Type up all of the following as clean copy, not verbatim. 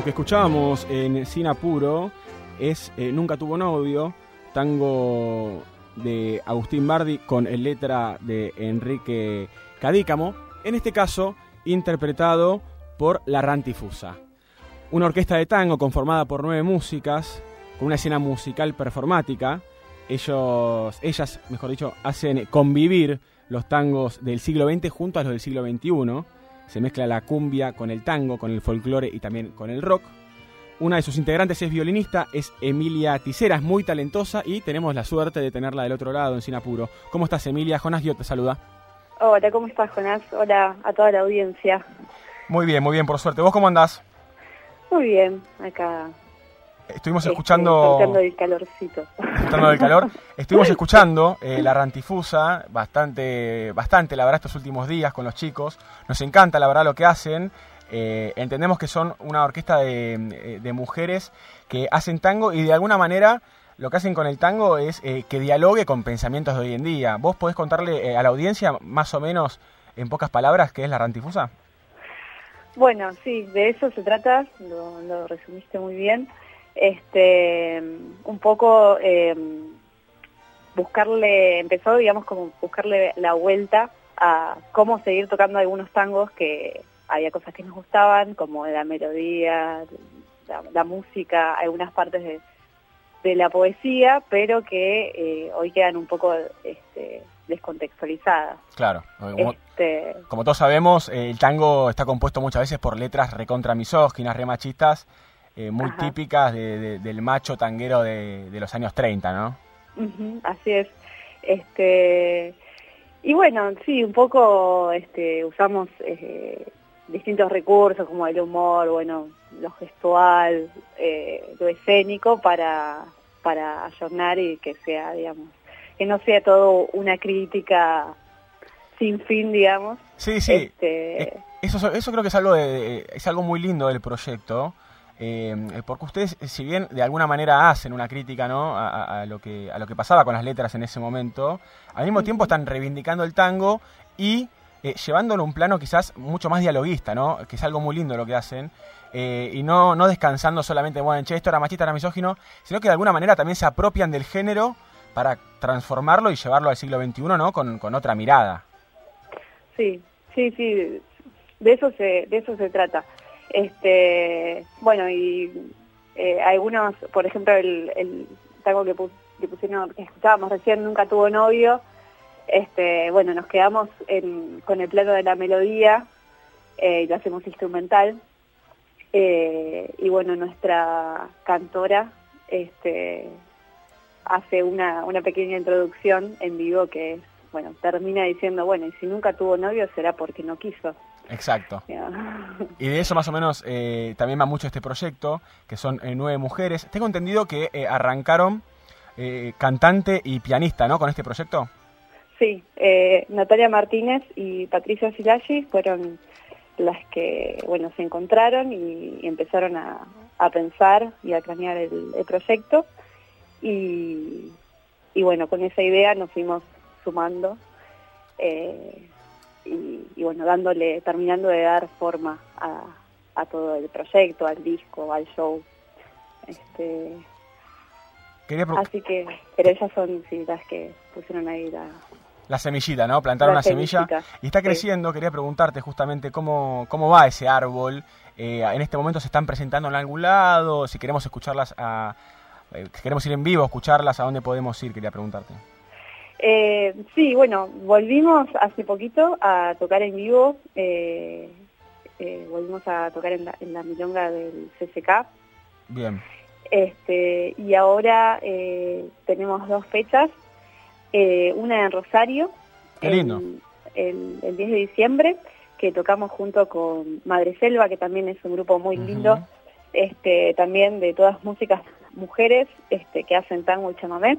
que escuchábamos en Sin Apuro es Nunca tuvo novio, tango de Agustín Bardi con letra de Enrique Cadícamo, en este caso interpretado por La Rantifusa. Una orquesta de tango conformada por 9 músicas, con una escena musical performática. Ellas, mejor dicho, hacen convivir los tangos del siglo XX junto a los del siglo XXI. Se mezcla la cumbia con el tango, con el folclore y también con el rock. Una de sus integrantes es violinista, es Emilia Tisera, es muy talentosa y tenemos la suerte de tenerla del otro lado en Sin Apuro. ¿Cómo estás, Emilia? Jonás Guiot te saluda. Hola, ¿cómo estás, Jonás? Hola a toda la audiencia. Muy bien, por suerte. ¿Vos cómo andás? Muy bien, acá. Estuvimos escuchando... Disfrutando del calorcito. Disfrutando del calor. Estuvimos escuchando La Rantifusa, bastante, la verdad, estos últimos días con los chicos. Nos encanta, la verdad, lo que hacen. Entendemos que son una orquesta de mujeres que hacen tango y de alguna manera lo que hacen con el tango es que dialogue con pensamientos de hoy en día. ¿Vos podés contarle a la audiencia más o menos en pocas palabras qué es La Rantifusa? Bueno, sí, de eso se trata, lo resumiste muy bien. Un poco empezó digamos como buscarle la vuelta a cómo seguir tocando algunos tangos, que había cosas que nos gustaban, como la melodía, la música, algunas partes de la poesía, pero que hoy quedan un poco descontextualizadas. Claro, como todos sabemos, el tango está compuesto muchas veces por letras recontra misóginas, re machistas, muy Ajá. típicas del macho tanguero de los años 30, ¿no? Así es. Y bueno, sí, un poco usamos distintos recursos como el humor, bueno, lo gestual, lo escénico para ayornar y que sea, digamos, que no sea todo una crítica sin fin, digamos. Sí. Eso creo que es algo muy lindo del proyecto. Porque ustedes, si bien de alguna manera hacen una crítica, ¿no?, a lo que pasaba con las letras en ese momento, al mismo tiempo están reivindicando el tango y llevándolo a un plano quizás mucho más dialoguista, ¿no?, que es algo muy lindo lo que hacen, y no descansando solamente, bueno, che, esto era machista, era misógino, sino que de alguna manera también se apropian del género para transformarlo y llevarlo al siglo XXI, ¿no?, con otra mirada. Sí, de eso se trata. Bueno, y algunos, por ejemplo, el tango que pusieron, que escuchábamos recién, Nunca tuvo novio, bueno, nos quedamos con el plano de la melodía, y lo hacemos instrumental, y bueno, nuestra cantora hace una pequeña introducción en vivo que, bueno, termina diciendo, bueno, y si nunca tuvo novio será porque no quiso. Exacto. Y de eso más o menos también va mucho este proyecto, que son 9 mujeres. Tengo entendido que arrancaron cantante y pianista, ¿no?, con este proyecto. Sí, Natalia Martínez y Patricia Silaggi fueron las que, bueno, se encontraron y empezaron a pensar y a cranear el proyecto. Y bueno, con esa idea nos fuimos sumando. Y bueno, terminando de dar forma a todo el proyecto, al disco, al show. Así que, pero ellas son las que pusieron ahí la semillita, ¿no? Plantaron una semilla y está creciendo. Sí. Quería preguntarte justamente cómo va ese árbol. En este momento se están presentando en algún lado. Si queremos escucharlas, si queremos ir en vivo a escucharlas, ¿a dónde podemos ir? Quería preguntarte. Sí, bueno, volvimos hace poquito a tocar en vivo, volvimos a tocar en la milonga del CCK. Bien. Y ahora tenemos 2 fechas, una en Rosario, Qué lindo. El 10 de diciembre, que tocamos junto con Madre Selva, que también es un grupo muy lindo, también de todas músicas mujeres que hacen tango y chamamé.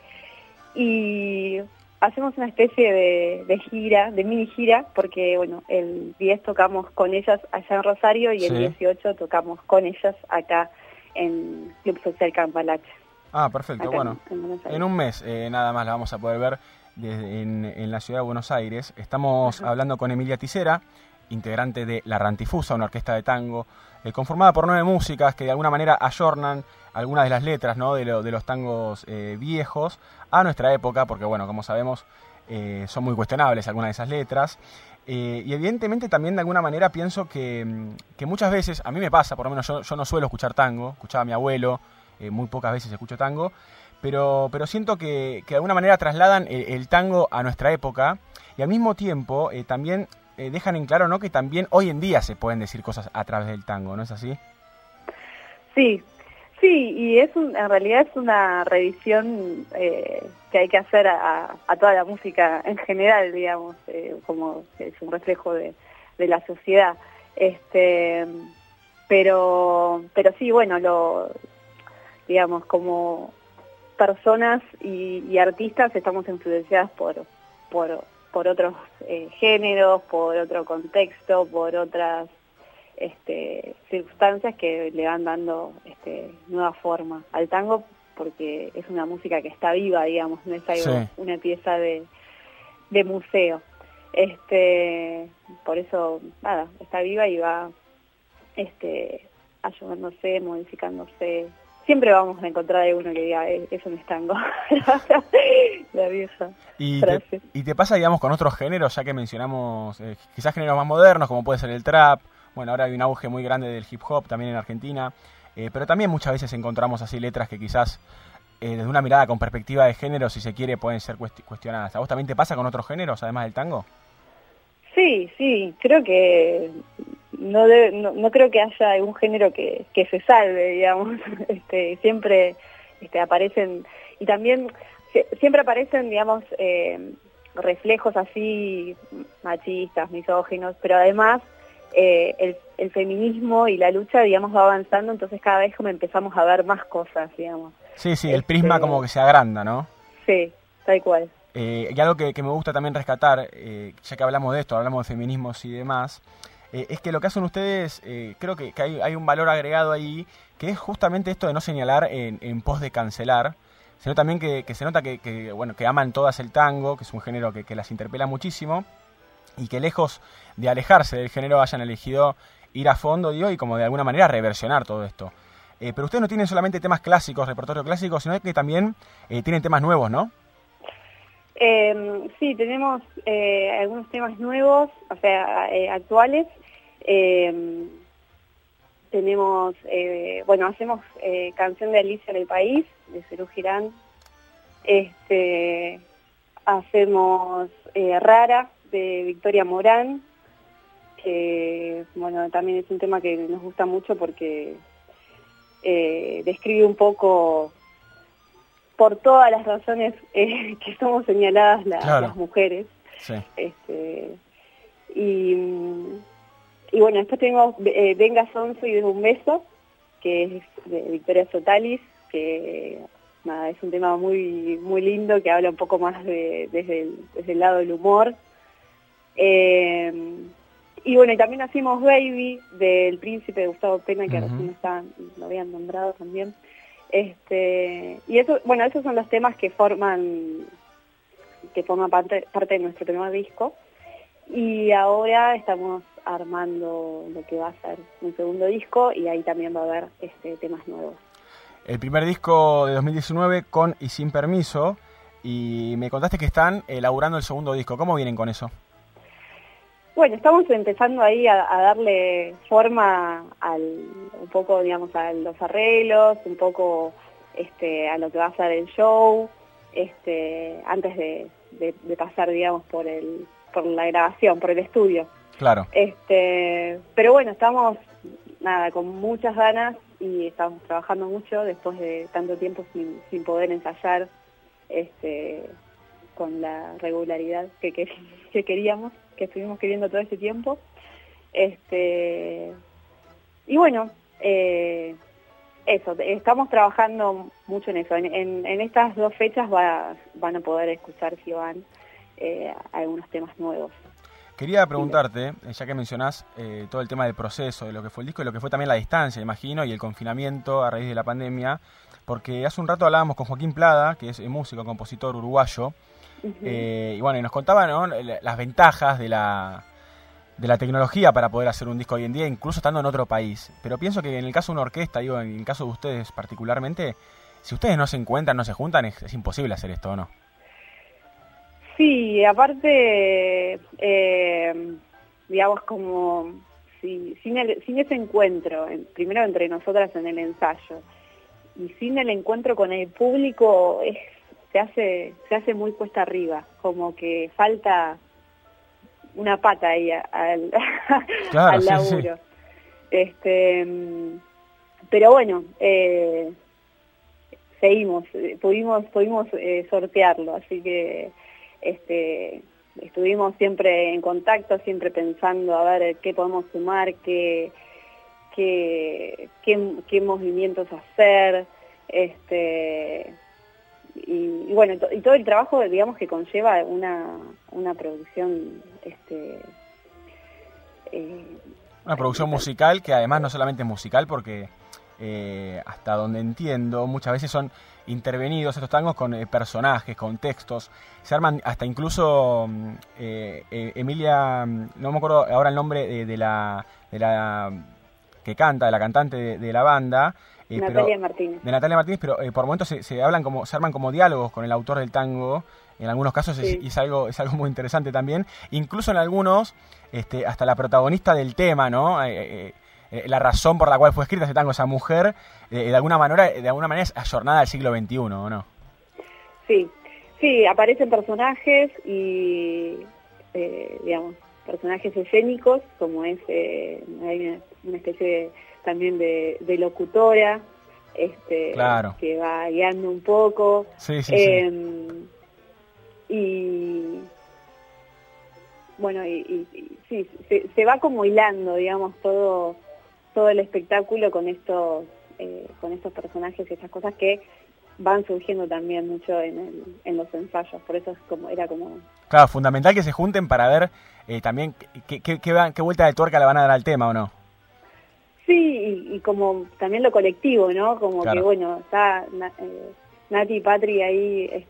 Y hacemos una especie de gira, de mini gira, porque bueno, el 10 tocamos con ellas allá en Rosario y el 18 tocamos con ellas acá en Club Social Campalache. Ah, perfecto, bueno, en un mes nada más la vamos a poder ver en la ciudad de Buenos Aires. Estamos hablando con Emilia Tisera, integrante de La Rantifusa, una orquesta de tango, conformada por 9 músicas que de alguna manera ayornan algunas de las letras, ¿no?, de los tangos viejos a nuestra época, porque bueno, como sabemos, son muy cuestionables algunas de esas letras. Y evidentemente también de alguna manera pienso que muchas veces, a mí me pasa, por lo menos yo no suelo escuchar tango, escuchaba a mi abuelo, muy pocas veces escucho tango, pero siento que de alguna manera trasladan el tango a nuestra época y al mismo tiempo también dejan en claro, ¿no?, que también hoy en día se pueden decir cosas a través del tango, ¿no es así? Sí, y en realidad es una revisión que hay que hacer a toda la música en general, digamos, como es un reflejo de la sociedad. Pero sí, bueno, digamos, como personas y artistas estamos influenciadas por otros géneros, por otro contexto, por otras circunstancias que le van dando nueva forma al tango, porque es una música que está viva, digamos, no es algo, sí, una pieza de museo. Por eso, nada, está viva y va ayudándose, modificándose. Siempre vamos a encontrar alguno que diga, eso no es tango. La vieja frase. ¿Y te pasa, digamos, con otros géneros, ya que mencionamos quizás géneros más modernos, como puede ser el trap? Bueno, ahora hay un auge muy grande del hip hop también en Argentina, pero también muchas veces encontramos así letras que quizás desde una mirada con perspectiva de género, si se quiere, pueden ser cuestionadas. ¿A vos también te pasa con otros géneros, además del tango? Sí, creo que no creo que haya algún género que se salve, digamos. Siempre aparecen, y también siempre aparecen, digamos, reflejos así machistas, misóginos, pero además el feminismo y la lucha, digamos, va avanzando, entonces cada vez como empezamos a ver más cosas, digamos. Sí, el prisma como que se agranda, ¿no? Sí, tal cual. Y algo que me gusta también rescatar, ya que hablamos de esto, hablamos de feminismos y demás, es que lo que hacen ustedes, creo que hay un valor agregado ahí, que es justamente esto de no señalar en pos de cancelar, sino también que se nota que aman todas el tango, que es un género que las interpela muchísimo, y que lejos de alejarse del género hayan elegido ir a fondo, digo, y como de alguna manera reversionar todo esto. Pero ustedes no tienen solamente temas clásicos, repertorio clásico, sino que también tienen temas nuevos, ¿no? Sí, tenemos algunos temas nuevos, o sea, actuales. Tenemos, hacemos Canción de Alicia en el País, de Serú Girán. Hacemos Rara, de Victoria Morán, que, bueno, también es un tema que nos gusta mucho porque describe un poco, por todas las razones que somos señaladas claro, las mujeres. Sí. Y bueno, después tenemos Venga Sonso y de un beso, que es de Victoria Sotalis, que nada, es un tema muy muy lindo, que habla un poco más desde el lado del humor. Y bueno, y también hacemos Baby, del Príncipe de Gustavo Pena, que recién lo habían nombrado también. Y eso, bueno, esos son los temas que forman parte de nuestro primer disco, y ahora estamos armando lo que va a ser un segundo disco, y ahí también va a haber temas nuevos. El primer disco de 2019, Con y Sin Permiso, y me contaste que están elaborando el segundo disco. ¿Cómo vienen con eso? Bueno, estamos empezando ahí a darle forma un poco, digamos, a los arreglos, un poco a lo que va a ser el show, antes de pasar, digamos, por la grabación, por el estudio. Claro. Pero bueno, estamos con muchas ganas y estamos trabajando mucho después de tanto tiempo sin poder ensayar con la regularidad que queríamos, que estuvimos queriendo todo ese tiempo. Y bueno, eso, estamos trabajando mucho en eso. En estas 2 fechas van a poder escuchar, si van, algunos temas nuevos. Quería preguntarte, ya que mencionás todo el tema del proceso, de lo que fue el disco y lo que fue también la distancia, imagino, y el confinamiento a raíz de la pandemia, porque hace un rato hablábamos con Joaquín Plada, que es músico, compositor uruguayo, y bueno, y nos contaba, ¿no?, las ventajas de de la tecnología para poder hacer un disco hoy en día, incluso estando en otro país. Pero pienso que en el caso de una orquesta, digo, en el caso de ustedes particularmente, si ustedes no se encuentran, no se juntan, es imposible hacer esto, ¿o no? Sí, aparte, digamos, como sin ese encuentro, primero entre nosotras en el ensayo, y sin el encuentro con el público, se hace muy cuesta arriba, como que falta una pata ahí al laburo. Sí. Pero bueno, pudimos sortearlo, así que estuvimos siempre en contacto, siempre pensando a ver qué podemos sumar, qué movimientos hacer, y bueno, y todo el trabajo, digamos, que conlleva una producción, una producción musical, que además no solamente es musical, porque hasta donde entiendo, muchas veces son intervenidos estos tangos con personajes, con textos, se arman hasta incluso Emilia, no me acuerdo ahora el nombre de la que canta, de la cantante de la banda, Natalia Martínez. De Natalia Martínez, pero por momentos se arman como diálogos con el autor del tango. En algunos casos sí. es algo muy interesante también. Incluso en algunos, hasta la protagonista del tema, ¿no? La razón por la cual fue escrita ese tango, esa mujer, de alguna manera es ayornada al siglo XXI, ¿o no? Sí, aparecen personajes y, digamos, personajes escénicos, como hay una especie también de locutora, claro, que va guiando un poco. Sí. Y bueno, sí, se va como hilando, digamos, todo el espectáculo con estos personajes y estas cosas que van surgiendo también mucho en los ensayos. Por eso era como... Claro, fundamental que se junten para ver también qué vuelta de tuerca le van a dar al tema, ¿o no? Sí, y como también lo colectivo, ¿no? Como claro. Que, bueno, está Nati y Patri ahí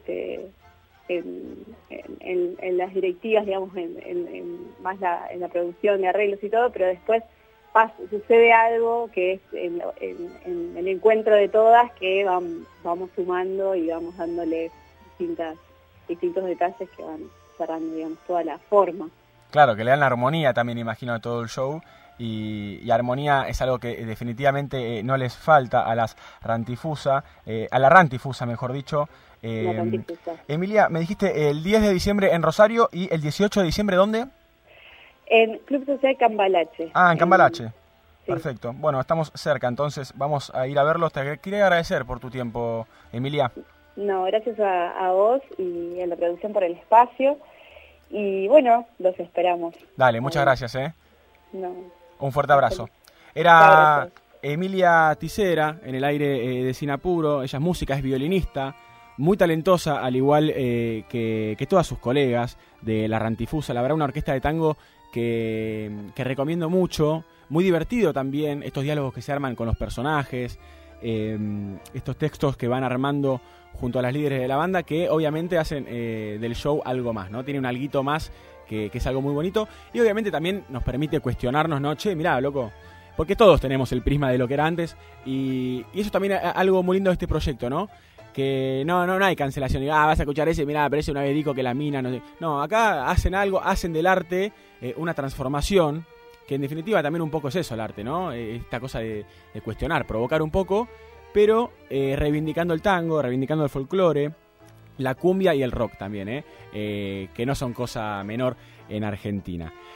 en las directivas, digamos, más en la producción de arreglos y todo, pero después sucede algo que es en el encuentro de todas, que vamos sumando y vamos dándole distintos detalles que van cerrando, digamos, toda la forma. Claro, que le dan la armonía también, imagino, a todo el show. Y armonía es algo que definitivamente no les falta a la rantifusa, mejor dicho. Emilia, me dijiste el 10 de diciembre en Rosario y el 18 de diciembre, ¿dónde? En Club Social Cambalache. Ah, en Cambalache. Sí. Perfecto. Bueno, estamos cerca, entonces vamos a ir a verlos. Te quería agradecer por tu tiempo, Emilia. No, gracias a vos y a la producción por el espacio. Y bueno, los esperamos. Dale, muchas gracias, No. Un fuerte abrazo. Era Emilia Tisera, en el aire de Sin Apuro. Ella es música, es violinista, muy talentosa, al igual que todas sus colegas de La Rantifusa. La verdad, una orquesta de tango que recomiendo mucho. Muy divertido también, estos diálogos que se arman con los personajes, estos textos que van armando junto a las líderes de la banda, que obviamente hacen del show algo más, ¿no? Tiene un alguito más que es algo muy bonito, y obviamente también nos permite cuestionarnos, ¿no? Che, mirá, loco, porque todos tenemos el prisma de lo que era antes, y eso también es algo muy lindo de este proyecto, ¿no? Que no hay cancelación, y, vas a escuchar ese, mirá, pero ese una vez dijo que la mina, no sé. No, acá hacen algo, hacen del arte una transformación, que en definitiva también un poco es eso el arte, ¿no? Esta cosa de cuestionar, provocar un poco, pero reivindicando el tango, reivindicando el folclore, la cumbia y el rock también, que no son cosa menor en Argentina.